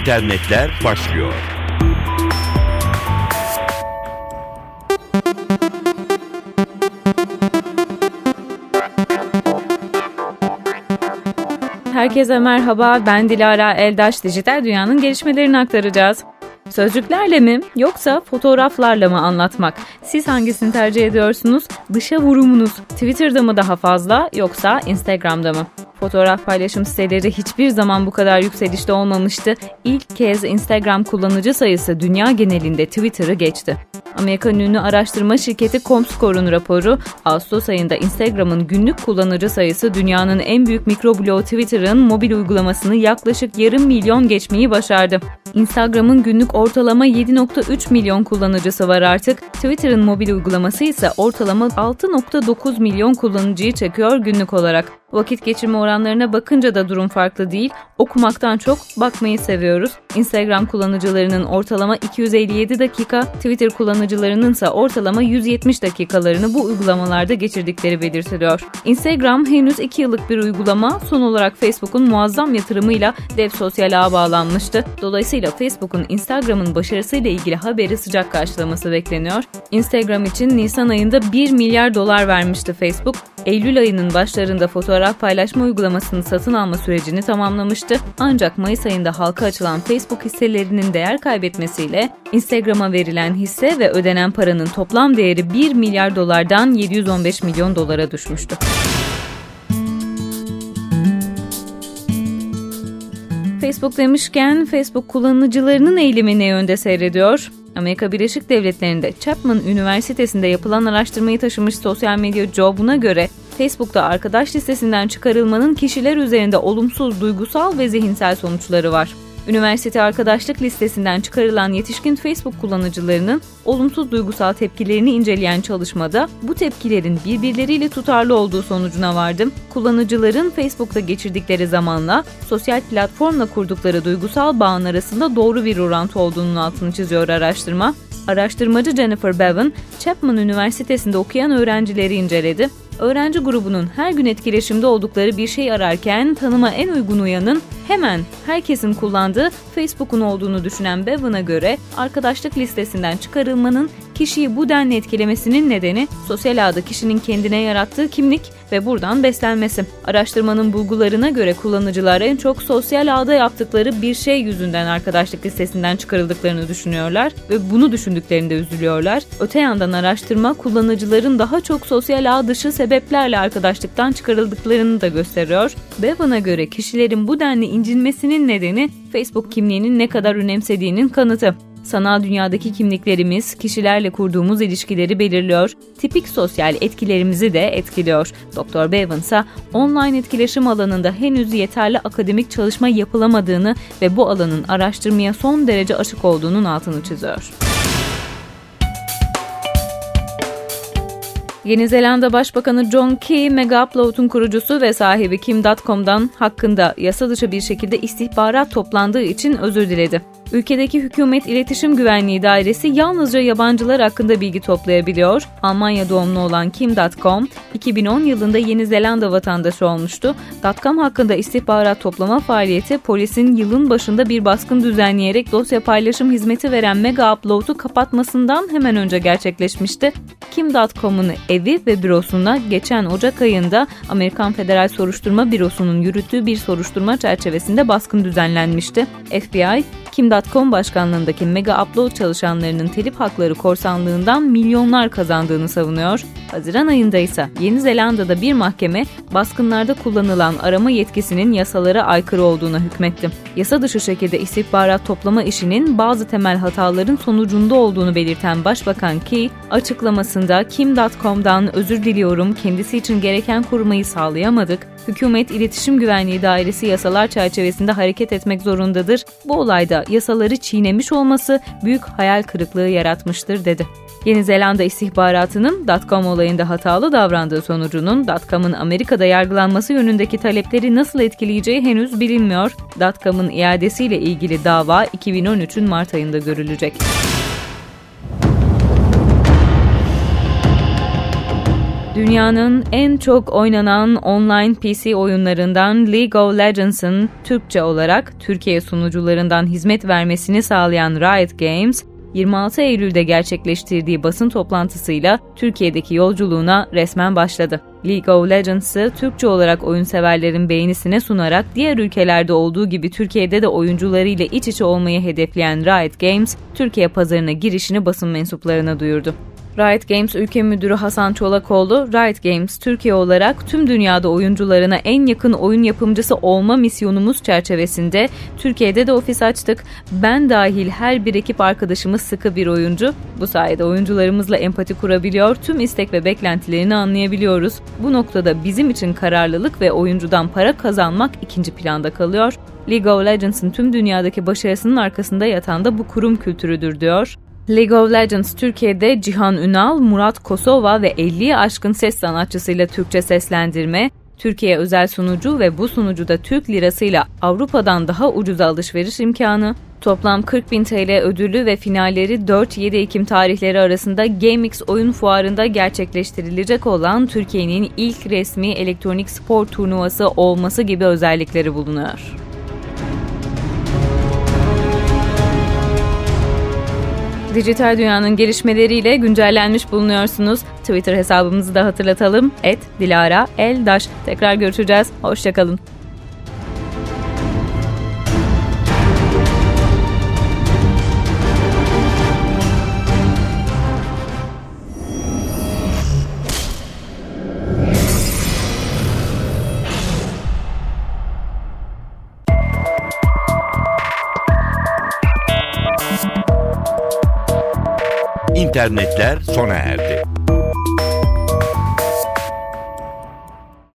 internetler başlıyor. Herkese merhaba, ben Dilara Eldaş. Dijital dünyanın gelişmelerini aktaracağız. Sözcüklerle mi yoksa fotoğraflarla mı anlatmak? Siz hangisini tercih ediyorsunuz? Dışa vurumunuz Twitter'da mı daha fazla yoksa Instagram'da mı? Fotoğraf paylaşım siteleri hiçbir zaman bu kadar yükselişte olmamıştı. İlk kez Instagram kullanıcı sayısı dünya genelinde Twitter'ı geçti. Amerikan ünlü araştırma şirketi Comscore'un raporu, Ağustos ayında Instagram'ın günlük kullanıcı sayısı dünyanın en büyük mikroblogu Twitter'ın mobil uygulamasını yaklaşık 500 milyon geçmeyi başardı. Instagram'ın günlük ortalama 7.3 milyon kullanıcısı var artık. Twitter'ın mobil uygulaması ise ortalama 6.9 milyon kullanıcıyı çekiyor günlük olarak. Vakit geçirme oranlarına bakınca da durum farklı değil. Okumaktan çok bakmayı seviyoruz. Instagram kullanıcılarının ortalama 257 dakika, Twitter kullanıcılarının ise ortalama 170 dakikalarını bu uygulamalarda geçirdikleri belirtiliyor. Instagram henüz 2 yıllık bir uygulama, son olarak Facebook'un muazzam yatırımıyla dev sosyal ağa bağlanmıştı. Dolayısıyla Facebook'un Instagram'ın başarısıyla ilgili haberi sıcak karşılaması bekleniyor. Instagram için Nisan ayında $1 milyar vermişti Facebook. Eylül ayının başlarında fotoğraf paylaşma uygulamasını satın alma sürecini tamamlamıştı. Ancak Mayıs ayında halka açılan Facebook hisselerinin değer kaybetmesiyle Instagram'a verilen hisse ve ödenen paranın toplam değeri $1 milyardan 715 milyon dolara düşmüştü. Facebook demişken Facebook kullanıcılarının eğilimi ne yönde seyrediyor? Amerika Birleşik Devletleri'nde Chapman Üniversitesi'nde yapılan araştırmayı taşımış sosyal medya Job'una göre Facebook'ta arkadaş listesinden çıkarılmanın kişiler üzerinde olumsuz duygusal ve zihinsel sonuçları var. Üniversite arkadaşlık listesinden çıkarılan yetişkin Facebook kullanıcılarının olumsuz duygusal tepkilerini inceleyen çalışmada bu tepkilerin birbirleriyle tutarlı olduğu sonucuna vardı. Kullanıcıların Facebook'ta geçirdikleri zamanla sosyal platformla kurdukları duygusal bağın arasında doğru bir orantı olduğunun altını çiziyor araştırma. Araştırmacı Jennifer Bevan, Chapman Üniversitesi'nde okuyan öğrencileri inceledi. Öğrenci grubunun her gün etkileşimde oldukları bir şey ararken tanıma en uygun uyanın hemen herkesin kullandığı Facebook'un olduğunu düşünen Bevan'a göre arkadaşlık listesinden çıkarılmanın kişiyi bu denli etkilemesinin nedeni sosyal ağda kişinin kendine yarattığı kimlik ve buradan beslenmesi. Araştırmanın bulgularına göre kullanıcılar en çok sosyal ağda yaptıkları bir şey yüzünden arkadaşlık listesinden çıkarıldıklarını düşünüyorlar ve bunu düşündüklerinde üzülüyorlar. Öte yandan araştırma kullanıcıların daha çok sosyal ağ dışı sebeplerle arkadaşlıktan çıkarıldıklarını da gösteriyor. Bevan'a göre kişilerin bu denli incinmesinin nedeni Facebook kimliğinin ne kadar önemsediğinin kanıtı. Sanal dünyadaki kimliklerimiz kişilerle kurduğumuz ilişkileri belirliyor, tipik sosyal etkilerimizi de etkiliyor. Dr. Bevan ise online etkileşim alanında henüz yeterli akademik çalışma yapılamadığını ve bu alanın araştırmaya son derece açık olduğunun altını çiziyor. Yeni Zelanda Başbakanı John Key, Mega Upload'un kurucusu ve sahibi Kim.com'dan hakkında yasa dışı bir şekilde istihbarat toplandığı için özür diledi. Ülkedeki Hükümet İletişim Güvenliği Dairesi yalnızca yabancılar hakkında bilgi toplayabiliyor. Almanya doğumlu olan Kim.com, 2010 yılında Yeni Zelanda vatandaşı olmuştu. .com hakkında istihbarat toplama faaliyeti polisin yılın başında bir baskın düzenleyerek dosya paylaşım hizmeti veren Mega Upload'u kapatmasından hemen önce gerçekleşmişti. Kim.com'un evi ve bürosuna geçen Ocak ayında Amerikan Federal Soruşturma Bürosu'nun yürüttüğü bir soruşturma çerçevesinde baskın düzenlenmişti. FBI, Kim.com başkanlığındaki Mega Upload çalışanlarının telif hakları korsanlığından milyonlar kazandığını savunuyor. Haziran ayında ise Yeni Zelanda'da bir mahkeme baskınlarda kullanılan arama yetkisinin yasalara aykırı olduğuna hükmetti. Yasa dışı şekilde istihbarat toplama işinin bazı temel hataların sonucunda olduğunu belirten Başbakan Key, açıklamasında Kim.com'dan özür diliyorum, kendisi için gereken korumayı sağlayamadık. Hükümet İletişim Güvenliği Dairesi yasalar çerçevesinde hareket etmek zorundadır. Bu olayda yasaları çiğnemiş olması büyük hayal kırıklığı yaratmıştır dedi. Yeni Zelanda istihbaratının .com olayında hatalı davrandığı sonucunun .com'un Amerika'da yargılanması yönündeki talepleri nasıl etkileyeceği henüz bilinmiyor. .com'un iadesiyle ilgili dava 2013'ün Mart ayında görülecek. Dünyanın en çok oynanan online PC oyunlarından League of Legends'ın Türkçe olarak Türkiye sunucularından hizmet vermesini sağlayan Riot Games, 26 Eylül'de gerçekleştirdiği basın toplantısıyla Türkiye'deki yolculuğuna resmen başladı. League of Legends'ı Türkçe olarak oyunseverlerin beğenisine sunarak diğer ülkelerde olduğu gibi Türkiye'de de oyuncularıyla iç içe olmayı hedefleyen Riot Games, Türkiye pazarına girişini basın mensuplarına duyurdu. Riot Games Ülke Müdürü Hasan Çolakoğlu, Riot Games Türkiye olarak tüm dünyada oyuncularına en yakın oyun yapımcısı olma misyonumuz çerçevesinde Türkiye'de de ofis açtık. Ben dahil her bir ekip arkadaşımız sıkı bir oyuncu. Bu sayede oyuncularımızla empati kurabiliyor, tüm istek ve beklentilerini anlayabiliyoruz. Bu noktada bizim için kararlılık ve oyuncudan para kazanmak ikinci planda kalıyor. League of Legends'ın tüm dünyadaki başarısının arkasında yatan da bu kurum kültürüdür, diyor. League of Legends Türkiye'de Cihan Ünal, Murat Kosova ve 50'ye aşkın ses sanatçısıyla Türkçe seslendirme, Türkiye özel sunucu ve bu sunucuda Türk lirasıyla Avrupa'dan daha ucuza alışveriş imkanı, toplam 40.000 TL ödülü ve finalleri 4-7 Ekim tarihleri arasında GameX Oyun Fuarı'nda gerçekleştirilecek olan Türkiye'nin ilk resmi elektronik spor turnuvası olması gibi özellikleri bulunuyor. Dijital dünyanın gelişmeleriyle güncellenmiş bulunuyorsunuz. Twitter hesabımızı da hatırlatalım. @DilaraEldaş. Tekrar görüşeceğiz. Hoşçakalın. İnternetler sona erdi.